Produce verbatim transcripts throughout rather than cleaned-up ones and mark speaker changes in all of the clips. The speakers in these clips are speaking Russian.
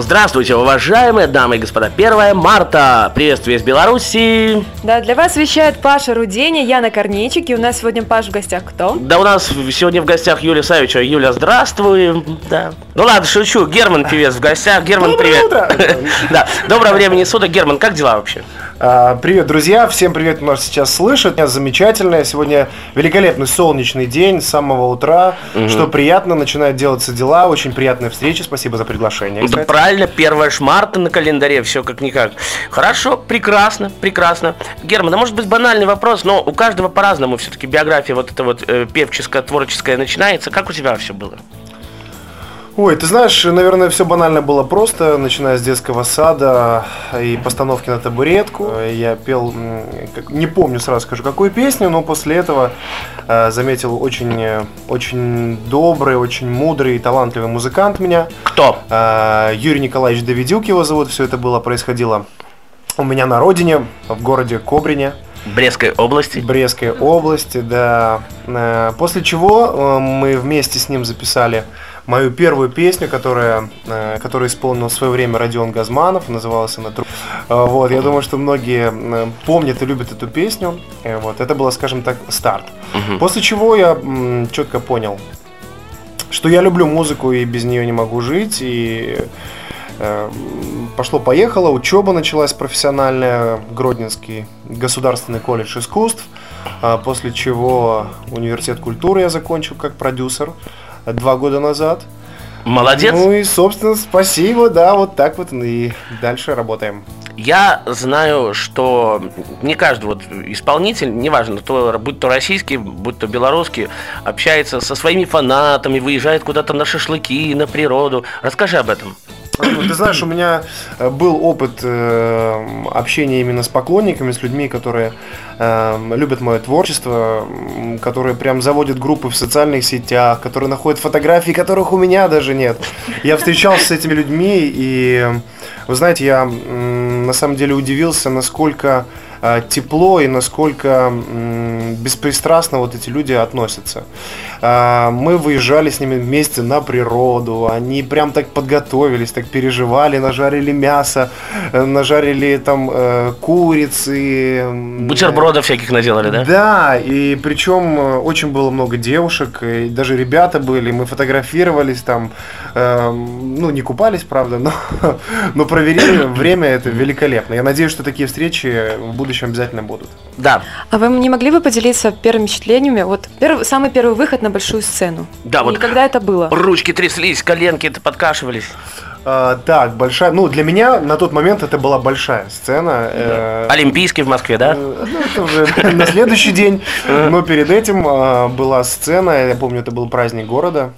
Speaker 1: Здравствуйте, уважаемые дамы и господа. первое марта. Приветствие из Беларуси.
Speaker 2: Да, для вас вещает Паша Руденя, Яна Корнейчик. И у нас сегодня, Паш, в гостях кто?
Speaker 1: Да, у нас сегодня в гостях Юлия Савичева. Юля, здравствуй. Да. Ну ладно, шучу. Герман певец в гостях. Герман, привет. Да, доброго времени суток. Герман, как дела вообще?
Speaker 3: Привет, друзья, всем привет, кто нас сейчас слышит. Замечательно, сегодня великолепный солнечный день с самого утра, угу. Что приятно, начинают делаться дела, очень приятная встреча, спасибо за приглашение.
Speaker 1: Да, правильно, первое марта на календаре, все как-никак. Хорошо, прекрасно, прекрасно. Герман, а может быть банальный вопрос, но у каждого по-разному все-таки биография вот эта вот э, певческая, творческая начинается. Как у тебя все было?
Speaker 3: Ой, ты знаешь, наверное, все банально было просто, начиная с детского сада и постановки на табуретку. Я пел, не помню, сразу скажу, какую песню, но после этого э, заметил очень, очень добрый, очень мудрый и талантливый музыкант меня.
Speaker 1: Кто?
Speaker 3: Э, Юрий Николаевич Давидюк его зовут, все это было, происходило у меня на родине, в городе Кобрине.
Speaker 1: Брестской области.
Speaker 3: Брестской области, да. Э, после чего э, мы вместе с ним записали мою первую песню, которая, э, которую исполнил в свое время Родион Газманов, называлась она «Труп». Э, вот, я думаю, что многие э, помнят и любят эту песню. Э, вот, это было, скажем так, старт. Uh-huh. После чего я э, четко понял, что я люблю музыку и без нее не могу жить. И э, пошло-поехало, учеба началась профессиональная, Гродненский государственный колледж искусств. Э, после чего университет культуры я закончил как продюсер два года назад.
Speaker 1: Молодец.
Speaker 3: Ну и, собственно, спасибо, да, вот так вот и дальше работаем.
Speaker 1: Я знаю, что не каждый вот исполнитель, неважно, то, будь то российский, будь то белорусский, общается со своими фанатами, выезжает куда-то на шашлыки, на природу. Расскажи об этом.
Speaker 3: Ты знаешь, у меня был опыт э, общения именно с поклонниками, с людьми, которые э, любят мое творчество, которые прям заводят группы в социальных сетях, которые находят фотографии, которых у меня даже нет. Я встречался с этими людьми, и, вы знаете, я м, на самом деле удивился, насколько э, тепло и насколько м, беспристрастно вот эти люди относятся. Э, мы выезжали с ними вместе на природу, они прям так подготовились, так переживали, нажарили мясо, нажарили там э, курицы.
Speaker 1: Бутербродов всяких наделали, да?
Speaker 3: Да, и причем очень было много девушек, и даже ребята были, мы фотографировались там, э, ну не купались, правда, но, но провели время, это великолепно. Я надеюсь, что такие встречи в будущем обязательно будут.
Speaker 1: Да.
Speaker 2: А вы не могли бы поделиться первыми впечатлениями? Вот первый, самый первый выход на большую сцену.
Speaker 1: Да, вот.
Speaker 2: И когда это было?
Speaker 1: Ручки тряслись, коленки-то подкашивались.
Speaker 3: А, так, большая, ну для меня на тот момент это была большая сцена.
Speaker 1: Да.
Speaker 3: Э,
Speaker 1: Олимпийский в Москве, да?
Speaker 3: Ну, это уже на следующий день, но перед этим была сцена, я помню, это был праздник города,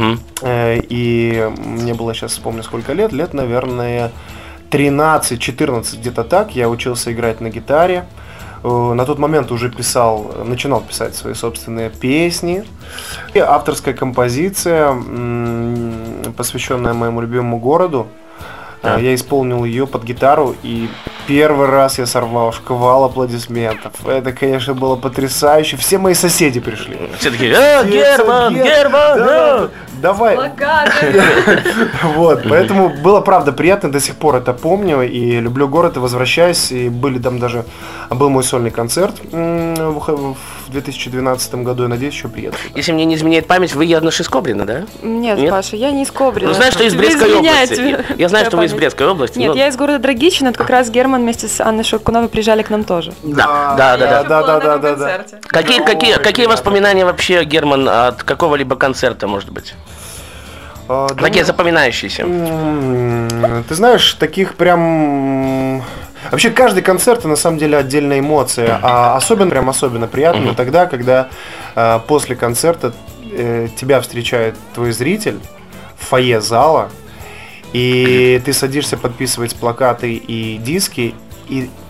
Speaker 3: и мне было, сейчас вспомню, сколько лет, лет, наверное, тринадцать-четырнадцать, где-то так, я учился играть на гитаре. На тот момент уже писал, начинал писать свои собственные песни. И авторская композиция, посвященная моему любимому городу. Да. Я исполнил ее под гитару, и первый раз я сорвал шквал аплодисментов. Это, конечно, было потрясающе. Все мои соседи пришли.
Speaker 1: Все такие: «Э, Герман, Герман, да,
Speaker 3: давай». Вот, поэтому было, правда, приятно, до сих пор это помню, и люблю город, и возвращаюсь, и были там даже, был мой сольный концерт в две тысячи двенадцатом году, я надеюсь, еще приеду.
Speaker 1: Если мне не изменяет память, вы явно из Кобрина, да?
Speaker 2: Нет, Нет, Паша, я не из Кобрина.
Speaker 1: Ну, знаешь, что из Брестской области. Я знаю, что вы из Брестской области.
Speaker 2: Нет, я из города Драгичино, как раз Герман вместе с Анной Шуркуновой приезжали к нам тоже.
Speaker 1: Да, да, да,
Speaker 3: да, да, да, да, да.
Speaker 1: Какие, какие, какие воспоминания вообще, Герман, от какого-либо концерта, может быть?
Speaker 3: А,
Speaker 1: Такие да, запоминающиеся.
Speaker 3: Ты знаешь, таких прям... Вообще каждый концерт на самом деле отдельная эмоция, а особенно прям особенно приятно uh-huh. тогда, когда э, после концерта э, тебя встречает твой зритель в фойе зала, и ты садишься подписывать плакаты и диски, и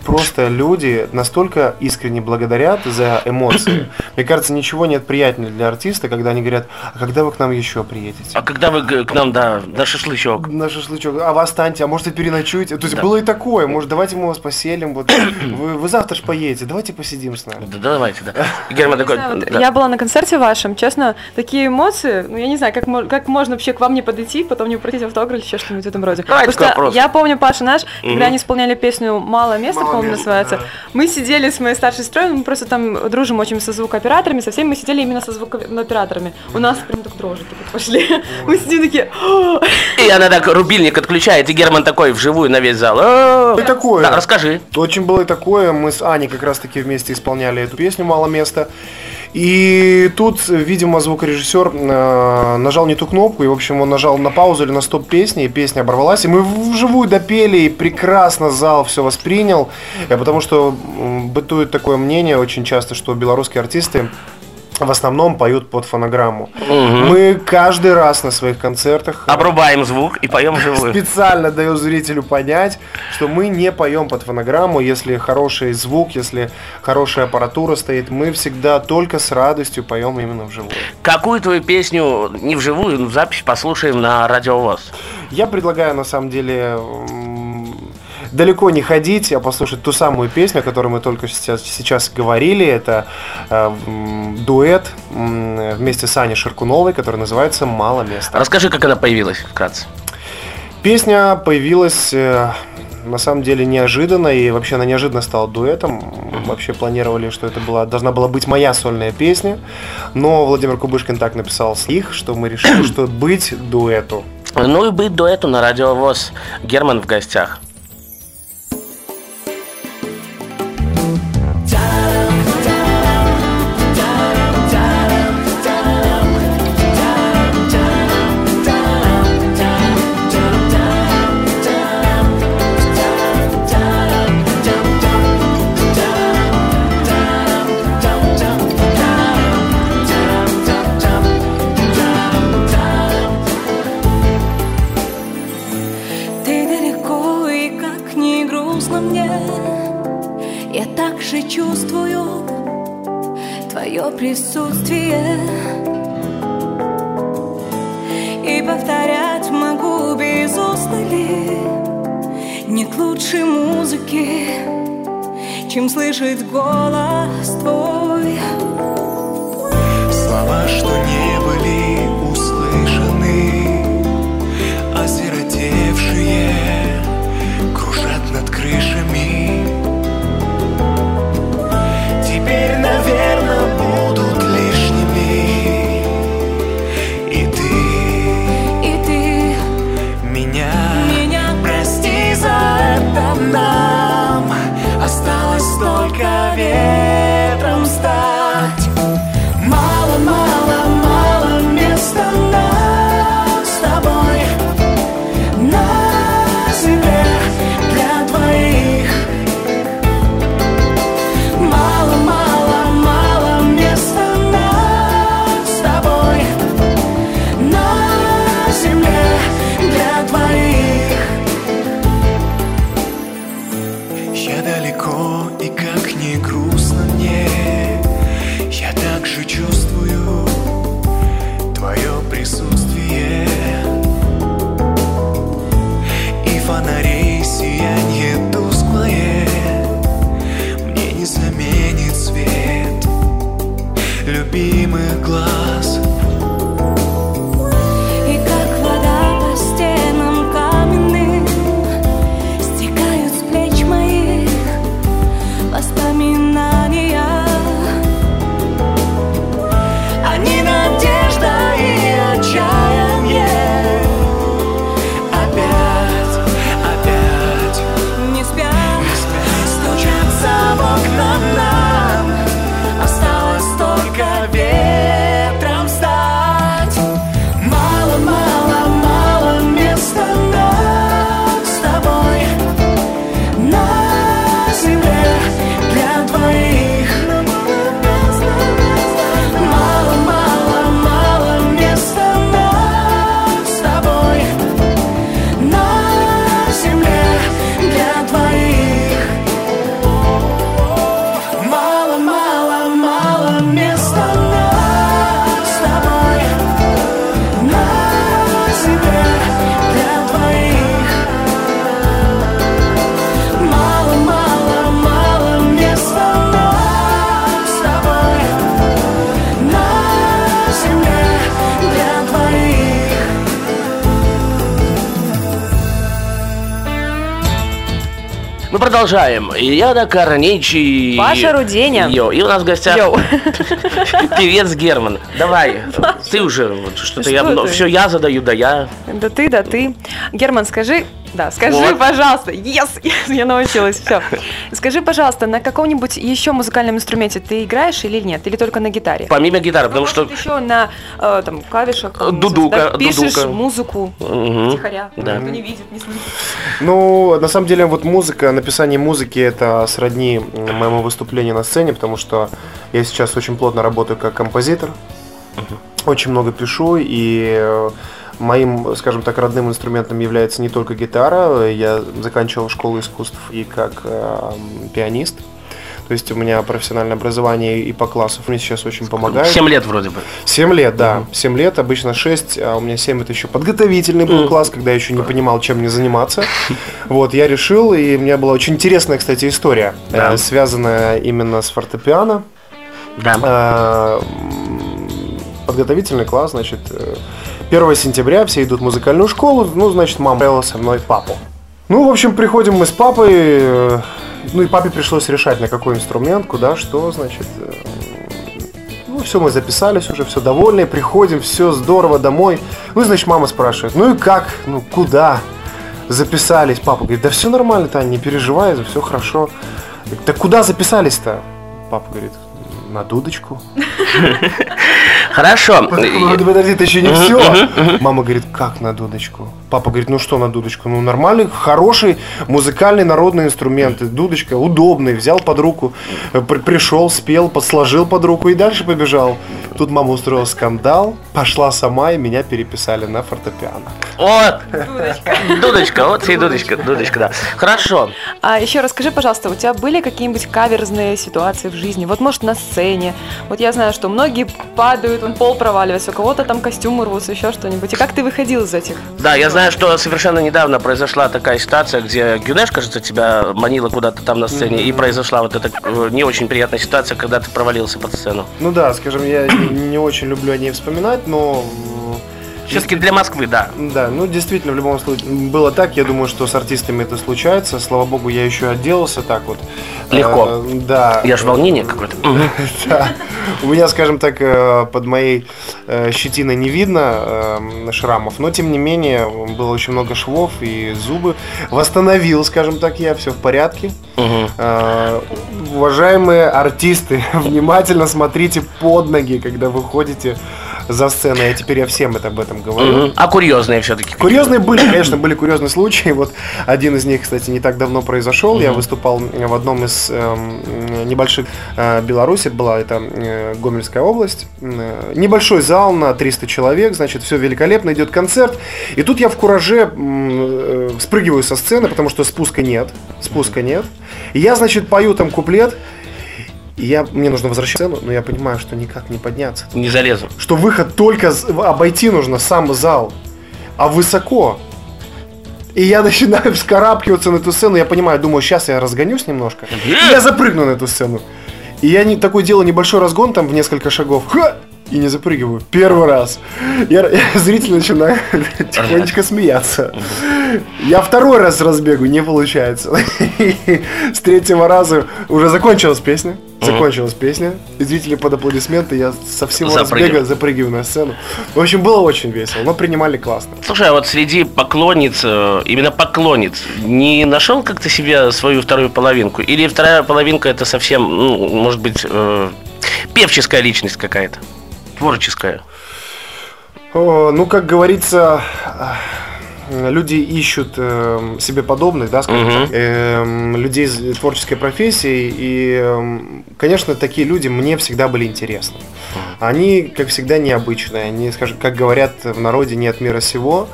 Speaker 3: просто люди настолько искренне благодарят за эмоции. Мне кажется, ничего нет приятнее для артиста, когда они говорят: а когда вы к нам еще приедете?
Speaker 1: А когда вы к нам, да, на шашлычок?
Speaker 3: На шашлычок. А вы останьте, а может и переночуете? То есть да. Было и такое. Может, давайте мы вас поселим. Вот. вы, вы завтра же поедете, давайте посидим с нами.
Speaker 1: Да, давайте, да. Герман такой...
Speaker 2: Знаю, вот
Speaker 1: да.
Speaker 2: Я была на концерте вашем, честно, такие эмоции, ну я не знаю, как, как можно вообще к вам не подойти, потом не попросить автограф или еще что-нибудь в этом роде.
Speaker 1: Давайте
Speaker 2: Потому что
Speaker 1: вопрос.
Speaker 2: я помню, Паша наш,
Speaker 1: Угу.
Speaker 2: когда они исполняли песню «Мало места»,
Speaker 3: Мало
Speaker 2: по-моему,
Speaker 3: места,
Speaker 2: называется,
Speaker 3: да.
Speaker 2: мы сидели с моей старшей сестрой, мы просто там дружим очень со звукооператорами, со всеми, мы сидели именно со звукооператорами. У нас прям так дрожки пошли. Мы сидим такие...
Speaker 1: И она так рубильник отключает, и Герман такой вживую на весь зал.
Speaker 3: И такое.
Speaker 1: Да, расскажи.
Speaker 3: Очень было и такое. Мы с Аней как раз-таки вместе исполняли эту песню «Мало места». И тут, видимо, звукорежиссер э, нажал не ту кнопку, и, в общем, он нажал на паузу или на стоп песни, и песня оборвалась, и мы вживую допели, и прекрасно зал все воспринял, э, потому что э, бытует такое мнение очень часто, что белорусские артисты в основном поют под фонограмму.
Speaker 1: Угу.
Speaker 3: Мы каждый раз на своих концертах
Speaker 1: Обрубаем звук и поем вживую.
Speaker 3: специально даем зрителю понять, что мы не поем под фонограмму. Если хороший звук, если хорошая аппаратура стоит, мы всегда только с радостью поем именно вживую.
Speaker 1: Какую твою песню не вживую, но в запись послушаем на Радио ВОС?
Speaker 3: Я предлагаю, на самом деле, далеко не ходить, а послушать ту самую песню, о которой мы только сейчас, сейчас говорили. Это э, дуэт э, вместе с Аней Ширкуновой, который называется «Мало места».
Speaker 1: Расскажи, как она появилась вкратце.
Speaker 3: Песня появилась э, на самом деле неожиданно, и вообще она неожиданно стала дуэтом. Вообще планировали, что это была, должна была быть моя сольная песня, но Владимир Кубышкин так написал их, что мы решили, что быть дуэту.
Speaker 1: Ну и быть дуэту на Радио ВОС. Герман в гостях.
Speaker 4: Я также чувствую твое присутствие, и повторять могу без устали. Нет лучше музыки, чем слышать голос твой.
Speaker 5: Слова, что не были услышаны, осиротевшие, кружат над крышами. Теперь, наверное, будут лишними. И ты,
Speaker 4: И ты
Speaker 5: меня,
Speaker 4: меня
Speaker 5: прости за это, нам осталось только ветром стать. Мало, мало, мало места нам с тобой на земле для двоих. Мало, мало, мало места нам с тобой на земле для двоих. Я далеко, и как ни грустно мне, я также чувствую твое присутствие. И фонарей сиянье тусклое мне не заменит свет любимых глаз.
Speaker 4: И как вода по стенам каменным стекают с плеч моих воспоминания.
Speaker 5: Они надежда и отчаяние. Опять, опять
Speaker 4: Не спят,
Speaker 5: стучатся в окна нам. Осталось только ветром
Speaker 1: Мы продолжаем. Яна Корничи.
Speaker 2: Паша Руденя.
Speaker 1: Йо. И у нас в гостях
Speaker 2: Йоу.
Speaker 1: певец Герман. Давай, ты уже вот что-то
Speaker 2: Что
Speaker 1: я
Speaker 2: ты?
Speaker 1: все я задаю, да я.
Speaker 2: Да ты, да ты. Герман, скажи, да, скажи,
Speaker 1: Вот.
Speaker 2: пожалуйста, yes, yes, я научилась, все. Скажи, пожалуйста, на каком-нибудь еще музыкальном инструменте ты играешь или нет, или только на гитаре?
Speaker 1: Помимо гитары, потому
Speaker 2: Ну,
Speaker 1: что
Speaker 2: может, еще на э, там клавишах,
Speaker 1: Э,
Speaker 2: там,
Speaker 1: дудука,
Speaker 2: да, пишешь
Speaker 1: дудука.
Speaker 2: музыку
Speaker 1: Мгм.
Speaker 2: втихаря,
Speaker 1: Да.
Speaker 2: никто не видит, не слышит.
Speaker 3: Ну, на самом деле, вот музыка, написание музыки это сродни м, моему выступлению на сцене, потому что я сейчас очень плотно работаю как композитор, очень много пишу, и э, моим, скажем так, родным инструментом является не только гитара. Я заканчивал школу искусств и как э, пианист. То есть у меня профессиональное образование и по классу мне сейчас очень помогает.
Speaker 1: семь лет вроде бы.
Speaker 3: семь лет, да. семь лет, обычно шесть, а у меня семь это еще подготовительный был класс, когда я еще не понимал, чем мне заниматься. Вот, я решил, и у меня была очень интересная, кстати, история,
Speaker 1: Да.
Speaker 3: э, связанная именно с фортепиано.
Speaker 1: Да.
Speaker 3: Э, м, Подготовительный класс, значит, э, первого сентября все идут в музыкальную школу, ну, значит, мама отправила со мной папу. Ну, в общем, приходим мы с папой, э, ну, и папе пришлось решать, на какой инструмент, куда, что, значит. э, Ну, все, мы записались уже, все довольны, приходим, все здорово, домой. Ну, и, значит, мама спрашивает, ну и как, ну, куда записались? Папа говорит, да все нормально, Таня, не переживай, все хорошо. Говорит, да куда записались-то? Папа говорит, на дудочку.
Speaker 1: Хорошо.
Speaker 3: Ну, подожди, это еще не все. Мама говорит, как на дудочку? Папа говорит, ну что на дудочку? Ну нормальный, хороший музыкальный народный инструмент. Дудочка удобный, взял под руку, при- пришел, спел, подсложил под руку и дальше побежал. Тут мама устроила скандал, пошла сама и меня переписали на фортепиано.
Speaker 1: Вот. Дудочка, вот и дудочка, дудочка, да. Хорошо.
Speaker 2: А еще расскажи, пожалуйста, у тебя были какие-нибудь каверзные ситуации в жизни? Вот, может, на сцене. Вот я знаю, что многие падают, он пол проваливается, у кого-то там костюмы рвутся, еще что-нибудь. И как ты выходил из этих?
Speaker 1: Да, я знаю, что совершенно недавно произошла такая ситуация, где Гюнеш, кажется, тебя манила куда-то там на сцене, и произошла вот эта э, не очень приятная ситуация, когда ты провалился под сцену.
Speaker 3: Ну да, скажем, я не не очень люблю о ней вспоминать, но...
Speaker 1: Все-таки для Москвы, да.
Speaker 3: Да, ну действительно, в любом случае было так. Я думаю, что с артистами это случается. Слава богу, я еще отделался так вот.
Speaker 1: Легко.
Speaker 3: Э, да.
Speaker 1: Я ж волнение какое-то. Мгм.
Speaker 3: Да. У меня, скажем так, э, под моей э, щетиной не видно э, шрамов, но тем не менее было очень много швов и зубы. Восстановил, скажем так, я, все в порядке.
Speaker 1: Мгм.
Speaker 3: Э, Уважаемые артисты, внимательно смотрите под ноги, когда вы ходите за сцену. Я теперь я всем это об этом говорю.
Speaker 1: Мгм. А курьезные все-таки.
Speaker 3: Курьезные были, конечно, были курьезные случаи. Вот один из них, кстати, не так давно произошел. Я выступал в одном из эм, небольших э, Беларуси, была это э, Гомельская область. Э, небольшой зал на триста человек, значит, все великолепно, идет концерт. И тут я в кураже м, э, спрыгиваю со сцены, потому что спуска нет. Спуска нет. И я, значит, пою там куплет. И я, мне нужно возвращаться в сцену, но я понимаю, что никак не подняться.
Speaker 1: Не залезу.
Speaker 3: Что выход только с- обойти нужно сам зал, а высоко. И я начинаю вскарабкиваться на эту сцену. Я понимаю, думаю, сейчас я разгонюсь немножко. И я запрыгну на эту сцену. И я не, такой делаю небольшой разгон там в несколько шагов. Ха! И не запрыгиваю. Первый раз. Я, я зритель начинаю тихонечко смеяться. Я второй раз с разбегу, не получается. И с третьего раза уже закончилась песня. Закончилась песня. И зрители под аплодисменты, я со всего
Speaker 1: Запрыгиваю.
Speaker 3: разбега запрыгиваю на сцену. В общем, было очень весело, но принимали классно.
Speaker 1: Слушай, а вот среди поклонниц, э, именно поклонниц, не нашел как-то себе свою вторую половинку? Или вторая половинка это совсем, ну, может быть, э, певческая личность какая-то? Творческая.
Speaker 3: О, ну, как говорится, э, люди ищут э, себе подобных, да, скажем
Speaker 1: Мгм.
Speaker 3: так, э, людей из творческой профессии. И, э, конечно, такие люди мне всегда были интересны. Они, как всегда, необычные. Они, скажем, как говорят в народе, не от мира сего.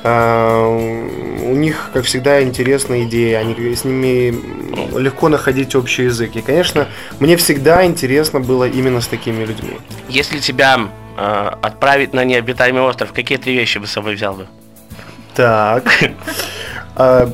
Speaker 3: Э, У них, как всегда, интересные идеи. Они, с ними легко находить общий язык. И, конечно, мне всегда интересно было именно с такими людьми.
Speaker 1: Если тебя э, отправить на необитаемый остров, какие три вещи бы с собой взял бы?
Speaker 3: Так. А,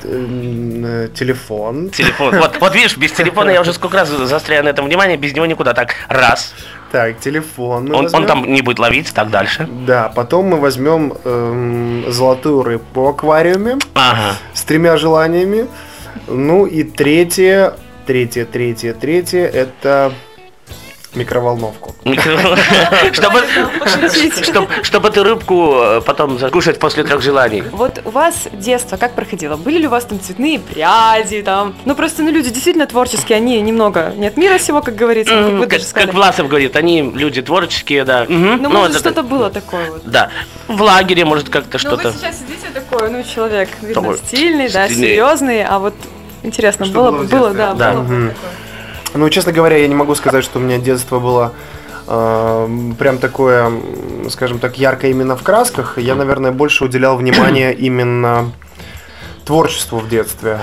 Speaker 3: э, Телефон.
Speaker 1: Телефон. Вот, вот видишь, без телефона я уже сколько раз застряю на этом внимание, без него никуда. Так, раз.
Speaker 3: Так, телефон. мы
Speaker 1: Он,
Speaker 3: возьмем.
Speaker 1: он там не будет ловить, так дальше.
Speaker 3: Да, потом мы возьмем эм, золотую рыбку в аквариуме
Speaker 1: Ага.
Speaker 3: с тремя желаниями. Ну и третье, третье, третье, третье, это микроволновку.
Speaker 1: Чтобы, чтобы, чтобы ты рыбку потом закушать после трех желаний.
Speaker 2: Вот у вас детство как проходило? Были ли у вас там цветные пряди, там? Ну просто, ну люди действительно творческие, они немного не от мира сего, как говорится, как вы
Speaker 1: Как,
Speaker 2: даже сказали.
Speaker 1: как Власов говорит, они люди творческие, да. Мгм.
Speaker 2: Ну,
Speaker 1: Ну,
Speaker 2: может,
Speaker 1: это-
Speaker 2: что-то было такое вот.
Speaker 1: Да. В лагере, может, как-то
Speaker 2: Ну,
Speaker 1: что-то.
Speaker 2: вы сейчас сидите такой, ну, человек, видно,
Speaker 1: Такой
Speaker 2: стильный, да,
Speaker 1: стильный.
Speaker 2: серьезный, а вот интересно,
Speaker 3: Что
Speaker 2: было,
Speaker 3: было в
Speaker 2: было,
Speaker 3: детстве?
Speaker 2: да,
Speaker 1: Да.
Speaker 2: было бы
Speaker 3: Мгм.
Speaker 2: такое.
Speaker 3: Ну, честно говоря, я не могу сказать, что у меня детство было э, прям такое, м, скажем так, яркое именно в красках. Я, наверное, больше уделял внимание именно творчеству в детстве.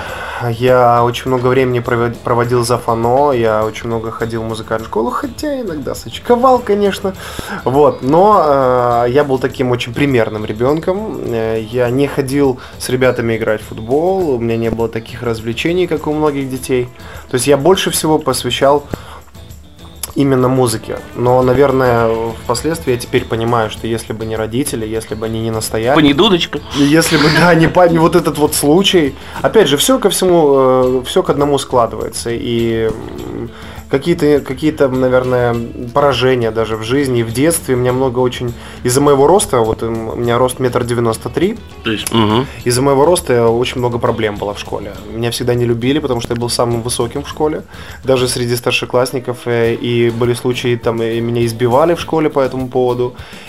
Speaker 3: Я очень много времени провод- проводил за фано, я очень много ходил в музыкальную школу, хотя иногда сочковал, конечно. Вот, но э, я был таким очень примерным ребенком. Э, Я не ходил с ребятами играть в футбол, у меня не было таких развлечений, как у многих детей. То есть я больше всего посвящал именно музыке. Но, наверное, впоследствии я теперь понимаю, что если бы не родители, если бы они не настояли,
Speaker 1: Не дудочка.
Speaker 3: если бы, да, не, па- не вот этот вот случай. Опять же, все ко всему, все к одному складывается. И м, какие-то, какие-то, наверное, поражения даже в жизни и в детстве. У меня много очень... Из-за моего роста, вот м, у меня рост метр девяносто три,
Speaker 1: То есть, мгм.
Speaker 3: из-за моего роста очень много проблем было в школе. Меня всегда не любили, потому что я был самым высоким в школе, даже среди старшеклассников. э, И были случаи, там, и меня избивали в школе по этому поводу,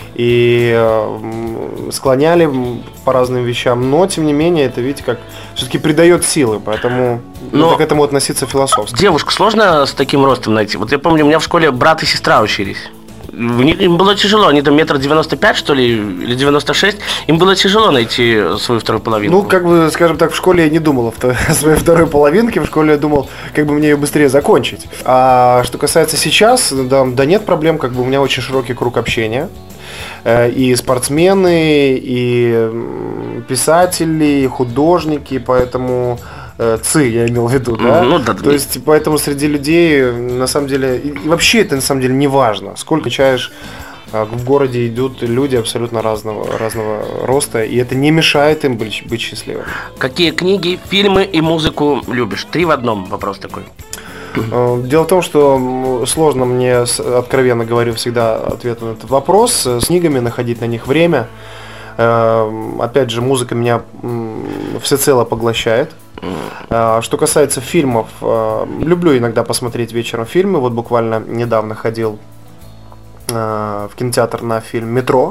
Speaker 3: и э, м, склоняли м, по разным вещам. Но, тем не менее, это, видите, как все-таки придает силы, поэтому
Speaker 1: Но-
Speaker 3: надо к этому относиться философски.
Speaker 1: Девушку сложно с таким ростом найти? Вот я помню, у меня в школе брат и сестра учились. В них- Им было тяжело, они там метр девяносто пять, что ли, или девяносто шесть. Им было тяжело найти свою вторую половинку.
Speaker 3: Ну, как бы, скажем так, в школе я не думал о вто- о своей второй половинке, в школе я думал, как бы мне ее быстрее закончить. А что касается сейчас, да, да нет проблем, как бы у меня очень широкий круг общения. Э, И спортсмены, и м, писатели, и художники, поэтому э, ЦИ я имел в виду, да?
Speaker 1: Ну, да,
Speaker 3: То
Speaker 1: да.
Speaker 3: есть, поэтому среди людей, на самом деле, и и вообще это на самом деле не важно, сколько чаешь. А В городе идут люди абсолютно разного, разного роста, и это не мешает им быть, быть счастливыми.
Speaker 1: Какие книги, фильмы и музыку любишь? Три в одном вопрос такой.
Speaker 3: Э, Дело в том, что м, сложно мне, с- откровенно говорю, всегда ответ на этот вопрос. Э, С книгами находить на них время. Э, Опять же, музыка меня м, всецело поглощает. Э, Что касается фильмов, э, люблю иногда посмотреть вечером фильмы. Вот буквально недавно ходил э, в кинотеатр на фильм «Метро».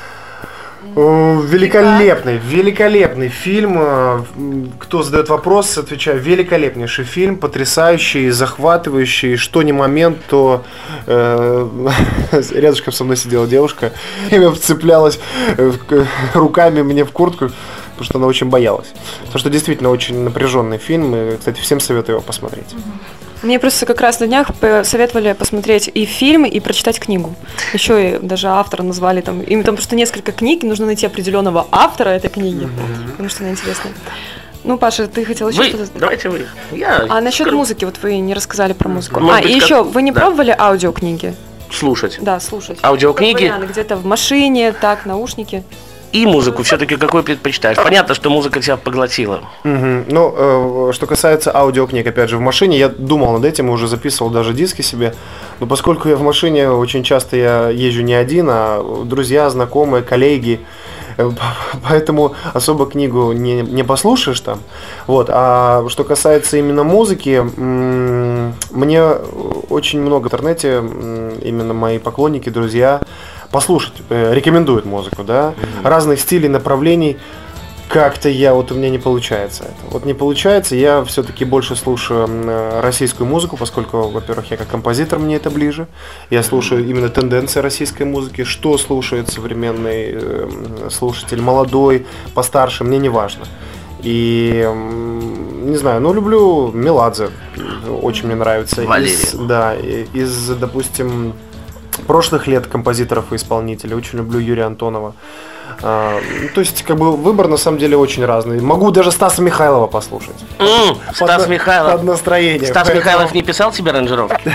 Speaker 3: Э, Великолепный, великолепный фильм. Э, м, Кто задает вопрос, отвечаю. Великолепнейший фильм, потрясающий, захватывающий. Что ни момент, то э, рядышком со мной сидела девушка, и вцеплялась э, в к- руками мне в куртку, потому что она очень боялась. Потому что действительно очень напряженный фильм. И, кстати, всем советую его посмотреть.
Speaker 2: Мне просто как раз на днях советовали посмотреть и фильм, и прочитать книгу. Еще и даже автора назвали там. Им там просто несколько книг, и нужно найти определенного автора этой книги, потому что она интересная. Ну, Паша, ты хотел еще
Speaker 1: Вы,
Speaker 2: что-то...
Speaker 1: давайте вы. Я
Speaker 2: А насчет
Speaker 1: скажу.
Speaker 2: музыки, вот вы не рассказали про музыку.
Speaker 1: Может
Speaker 2: а,
Speaker 1: быть,
Speaker 2: и
Speaker 1: как-
Speaker 2: еще, вы не
Speaker 1: да.
Speaker 2: пробовали аудиокниги?
Speaker 1: Слушать.
Speaker 2: Да, слушать.
Speaker 1: Аудиокниги?
Speaker 2: Как вариант, где-то в машине, так, наушники.
Speaker 1: И музыку все-таки какой предпочитаешь? Понятно, что музыка тебя поглотила.
Speaker 3: Мгм. Ну, э, что касается аудиокниг, опять же, в машине я думал над этим, и уже записывал даже диски себе. Но поскольку я в машине очень часто я езжу не один, а друзья, знакомые, коллеги, э, поэтому особо книгу не, не послушаешь там. Вот. А что касается именно музыки, м, мне очень много в интернете, м, именно мои поклонники, друзья, послушать, э, рекомендуют музыку, да, разных стилей, направлений. Как-то я, вот у меня не получается это. Вот не получается, я все-таки больше слушаю м, э, российскую музыку, поскольку, во-первых, я как композитор, мне это ближе. Я слушаю именно тенденции российской музыки, что слушает современный э, м, слушатель, молодой, постарше, мне не важно. И, м, не знаю, ну, люблю Меладзе, очень мне нравится.
Speaker 1: Валерия.
Speaker 3: Из, да, и- из, допустим, прошлых лет композиторов и исполнителей. Очень люблю Юрия Антонова. А, ну, то есть, как бы, выбор на самом деле очень разный. Могу даже Стаса Михайлова послушать.
Speaker 1: М, Стас
Speaker 3: Под-
Speaker 1: Михайлов.
Speaker 3: Под настроение.
Speaker 1: Стас
Speaker 3: Поэтому-
Speaker 1: Михайлов не писал тебе аранжировки?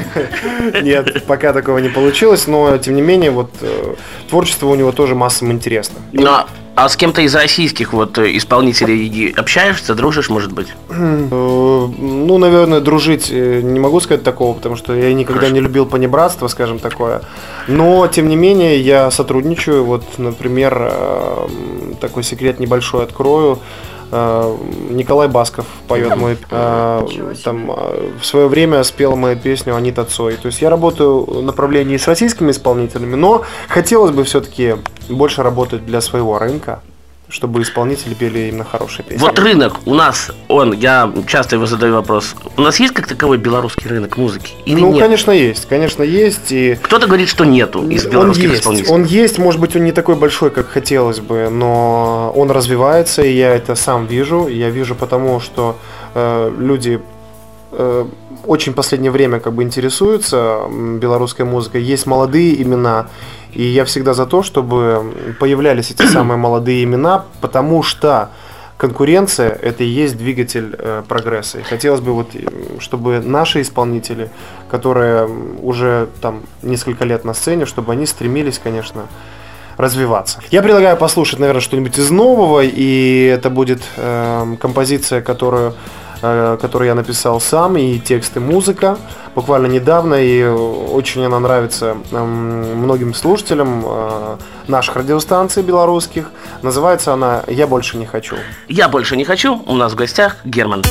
Speaker 3: Нет, пока такого не получилось, но тем не менее, вот э, творчество у него тоже массам интересно.
Speaker 1: Но А с кем-то из российских вот исполнителей общаешься, дружишь, может быть?
Speaker 3: Ну, наверное, дружить не могу сказать такого, потому что я никогда Хорошо. не любил понебратство, скажем такое. Но, тем не менее, я сотрудничаю. Вот, например, такой секрет небольшой открою. Николай Басков поет мой, э, там, в свое время спел мою песню «Анита Цой». То есть я работаю в направлении с российскими исполнителями, но хотелось бы все-таки больше работать для своего рынка, чтобы исполнители пели именно хорошие песни.
Speaker 1: Вот рынок у нас, он, я часто его задаю вопрос, у нас есть как таковой белорусский рынок музыки? Или
Speaker 3: ну,
Speaker 1: нет?
Speaker 3: конечно, есть, конечно, есть. И
Speaker 1: кто-то говорит, что нету из белорусских
Speaker 3: он есть,
Speaker 1: исполнителей.
Speaker 3: Он есть, может быть, он не такой большой, как хотелось бы, но он развивается, и я это сам вижу. Я вижу потому, что э, люди э, очень в последнее время как бы интересуются белорусской музыкой. Есть молодые имена. И я всегда за то, чтобы появлялись эти самые молодые имена, потому что конкуренция – это и есть двигатель э, прогресса. И хотелось бы, вот, чтобы наши исполнители, которые уже там несколько лет на сцене, чтобы они стремились, конечно, развиваться. Я предлагаю послушать, наверное, что-нибудь из нового, и это будет э, композиция, которую, э, которую я написал сам, и текст, и музыка. Буквально недавно, и очень она нравится э, многим слушателям э, наших радиостанций белорусских. Называется она «Я больше не хочу».
Speaker 1: «Я больше не хочу». У нас в гостях Герман.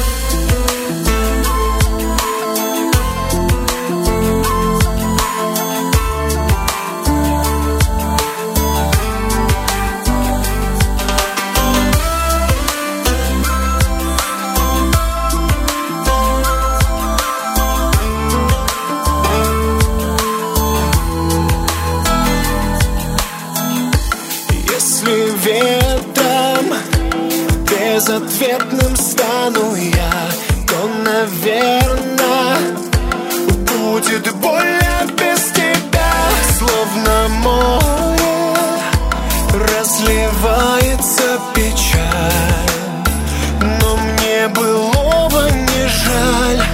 Speaker 5: Безответным стану я, то, наверное, будет больно без тебя. Словно море разливается печаль, но мне былого не жаль.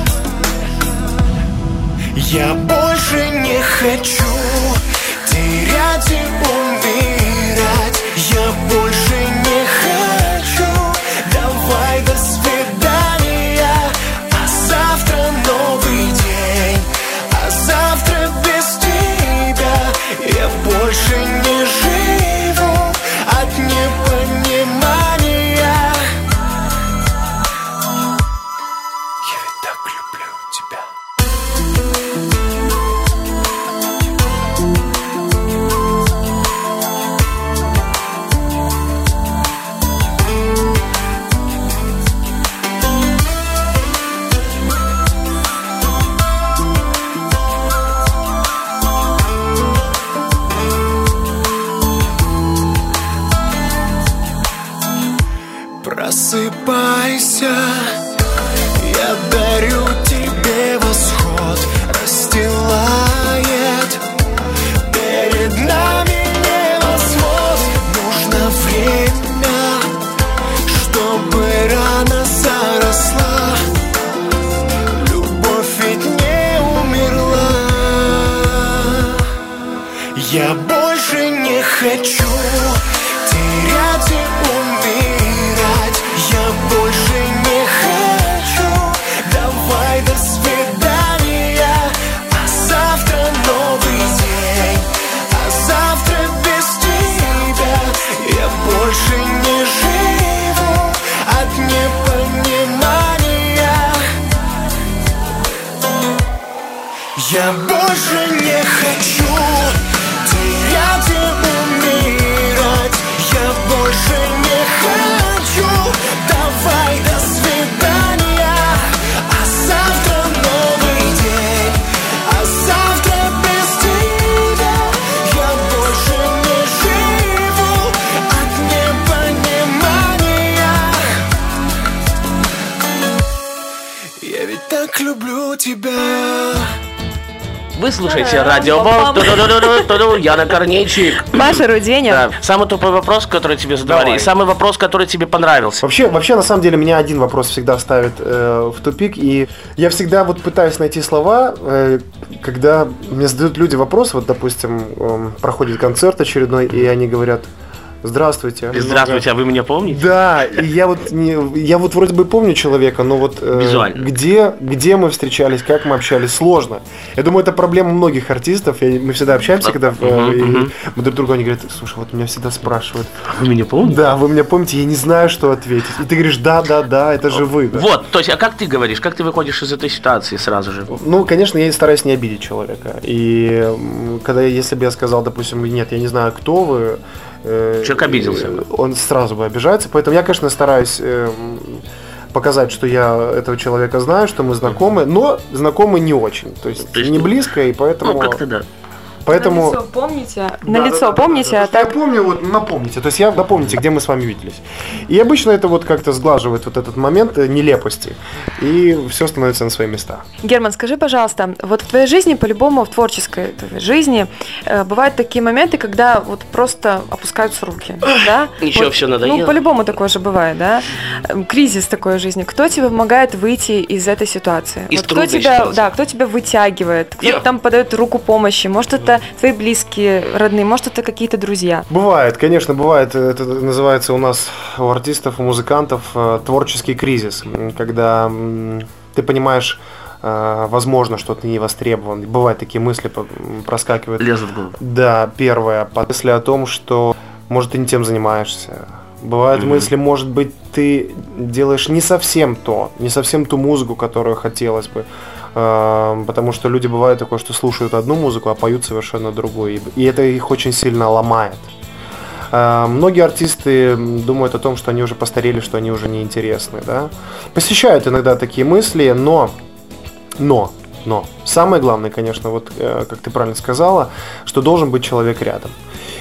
Speaker 5: Я больше не хочу терять и умирать. Я больше не хочу. Давай, до свидания, а завтра новый день, а завтра без тебя я больше не живу от непонимания. Я ведь так люблю тебя. Просыпайся, я дарю тебе восход, расстилает перед нами небосвод. Нужно время, чтобы рана заросла. Любовь ведь не умерла. Я больше не хочу терять и умирать. Я больше не хочу. Давай, до свидания, а завтра новый день, а завтра без тебя я больше не живу от непонимания. Я больше не хочу терять и умирать. Я больше не хочу. Давай, до свидания, а завтра новый день, а завтра без тебя я больше не живу от непонимания. Я ведь так люблю тебя.
Speaker 1: Вы слушаете Радио Болт. Яна Корнейчик.
Speaker 2: Маша Руденя.
Speaker 1: Да. Самый тупой вопрос, который тебе задавали,
Speaker 3: Давай.
Speaker 1: и самый вопрос, который тебе понравился.
Speaker 3: Вообще, вообще, на самом деле, меня один вопрос всегда ставит э, в тупик, и я всегда вот пытаюсь найти слова, э, когда мне задают люди вопрос, вот, допустим, э, проходит концерт очередной, и они говорят: Здравствуйте.
Speaker 1: Здравствуйте, а вы меня помните?
Speaker 3: Да, и я вот не, я вот вроде бы помню человека, но вот э,
Speaker 1: Визуально.
Speaker 3: где, где мы встречались, как мы общались, сложно. Я думаю, это проблема многих артистов. Я, мы всегда общаемся, когда э,
Speaker 1: Мгм,
Speaker 3: и
Speaker 1: мгм.
Speaker 3: мы друг другу они говорят: слушай, вот меня всегда спрашивают.
Speaker 1: Вы меня помните?
Speaker 3: Да, вы меня помните, я не знаю, что ответить. И ты говоришь: да, да, да, это же вы. Да.
Speaker 1: Вот, то есть, а как ты говоришь, как ты выходишь из этой ситуации сразу же?
Speaker 3: Ну, конечно, я стараюсь не обидеть человека. И м, когда, если бы я сказал, допустим, нет, я не знаю, кто вы, э,
Speaker 1: Человек обиделся бы.
Speaker 3: он сразу бы обижается. Поэтому я, конечно, стараюсь э, показать, что я этого человека знаю, что мы знакомы, но знакомы не очень. То есть,
Speaker 1: То есть,
Speaker 3: не
Speaker 1: ну,
Speaker 3: близко, и поэтому...
Speaker 1: Ну, как-то да.
Speaker 3: поэтому...
Speaker 2: На лицо помните?
Speaker 3: Да,
Speaker 2: На
Speaker 3: да,
Speaker 2: лицо
Speaker 3: да, да,
Speaker 2: помните,
Speaker 3: да,
Speaker 2: а
Speaker 3: да. То есть
Speaker 2: так...
Speaker 3: Я помню, вот напомните. То есть я напомните, где мы с вами виделись. И обычно это вот как-то сглаживает вот этот момент э, нелепости. И все становится на свои места.
Speaker 2: Герман, скажи, пожалуйста, вот в твоей жизни, по-любому, в творческой твоей жизни, э, бывают такие моменты, когда вот просто опускаются руки, да?
Speaker 1: Ничего,
Speaker 2: Вот,
Speaker 1: всё надоело.
Speaker 2: Ну, по-любому такое же бывает, да? Эм, Кризис такой в жизни. Кто тебе помогает выйти из этой ситуации?
Speaker 1: Из
Speaker 2: Вот кто
Speaker 1: трудной
Speaker 2: тебя,
Speaker 1: ситуации.
Speaker 2: да, кто тебя вытягивает? Кто
Speaker 1: Я.
Speaker 2: там подает руку помощи? Может, это твои близкие, родные, может, это какие-то друзья?
Speaker 3: Бывает, конечно, бывает. Это называется у нас, у артистов, у музыкантов, э, творческий кризис. М, Когда м, ты понимаешь, э, возможно, что ты не востребован. Бывают такие мысли, по- м, проскакивают.
Speaker 1: Лезут в голову.
Speaker 3: Да, первое. Мысли о том, что, может, ты не тем занимаешься. Бывают
Speaker 1: Мгм.
Speaker 3: мысли, может быть, ты делаешь не совсем то, не совсем ту музыку, которую хотелось бы. Э, Потому что люди бывают такое, что слушают одну музыку, а поют совершенно другую. И- И это их очень сильно ломает. Э, Многие артисты м, думают о том, что они уже постарели, что они уже неинтересны, да. Посещают иногда такие мысли, но, но, но, самое главное, конечно, вот э, как ты правильно сказала, что должен быть человек рядом.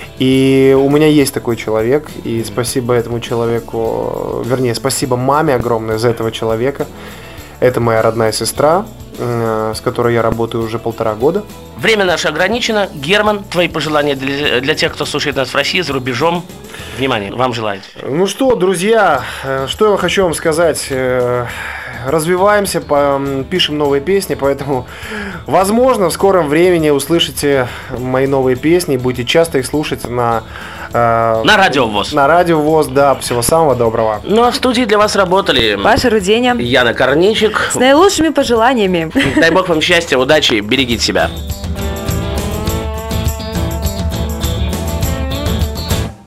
Speaker 3: И у меня есть такой человек, и спасибо этому человеку, э, вернее, спасибо маме огромное за этого человека. Это моя родная сестра, э, с которой я работаю уже полтора года.
Speaker 1: Время наше ограничено. Герман, твои пожелания для, для тех, кто слушает нас в России, за рубежом. Внимание, вам желает.
Speaker 3: Ну что, друзья, э, что я хочу вам сказать. Э, Развиваемся, по- м, пишем новые песни, поэтому, возможно, в скором времени услышите мои новые песни и будете часто их слушать на... э,
Speaker 1: На Радио ВОС.
Speaker 3: На Радио ВОС, да. Всего самого доброго.
Speaker 1: Ну, а в студии для вас работали
Speaker 2: Паша Руденя.
Speaker 1: Яна Корничик.
Speaker 2: С наилучшими пожеланиями.
Speaker 1: Дай бог вам счастья, удачи, берегите себя.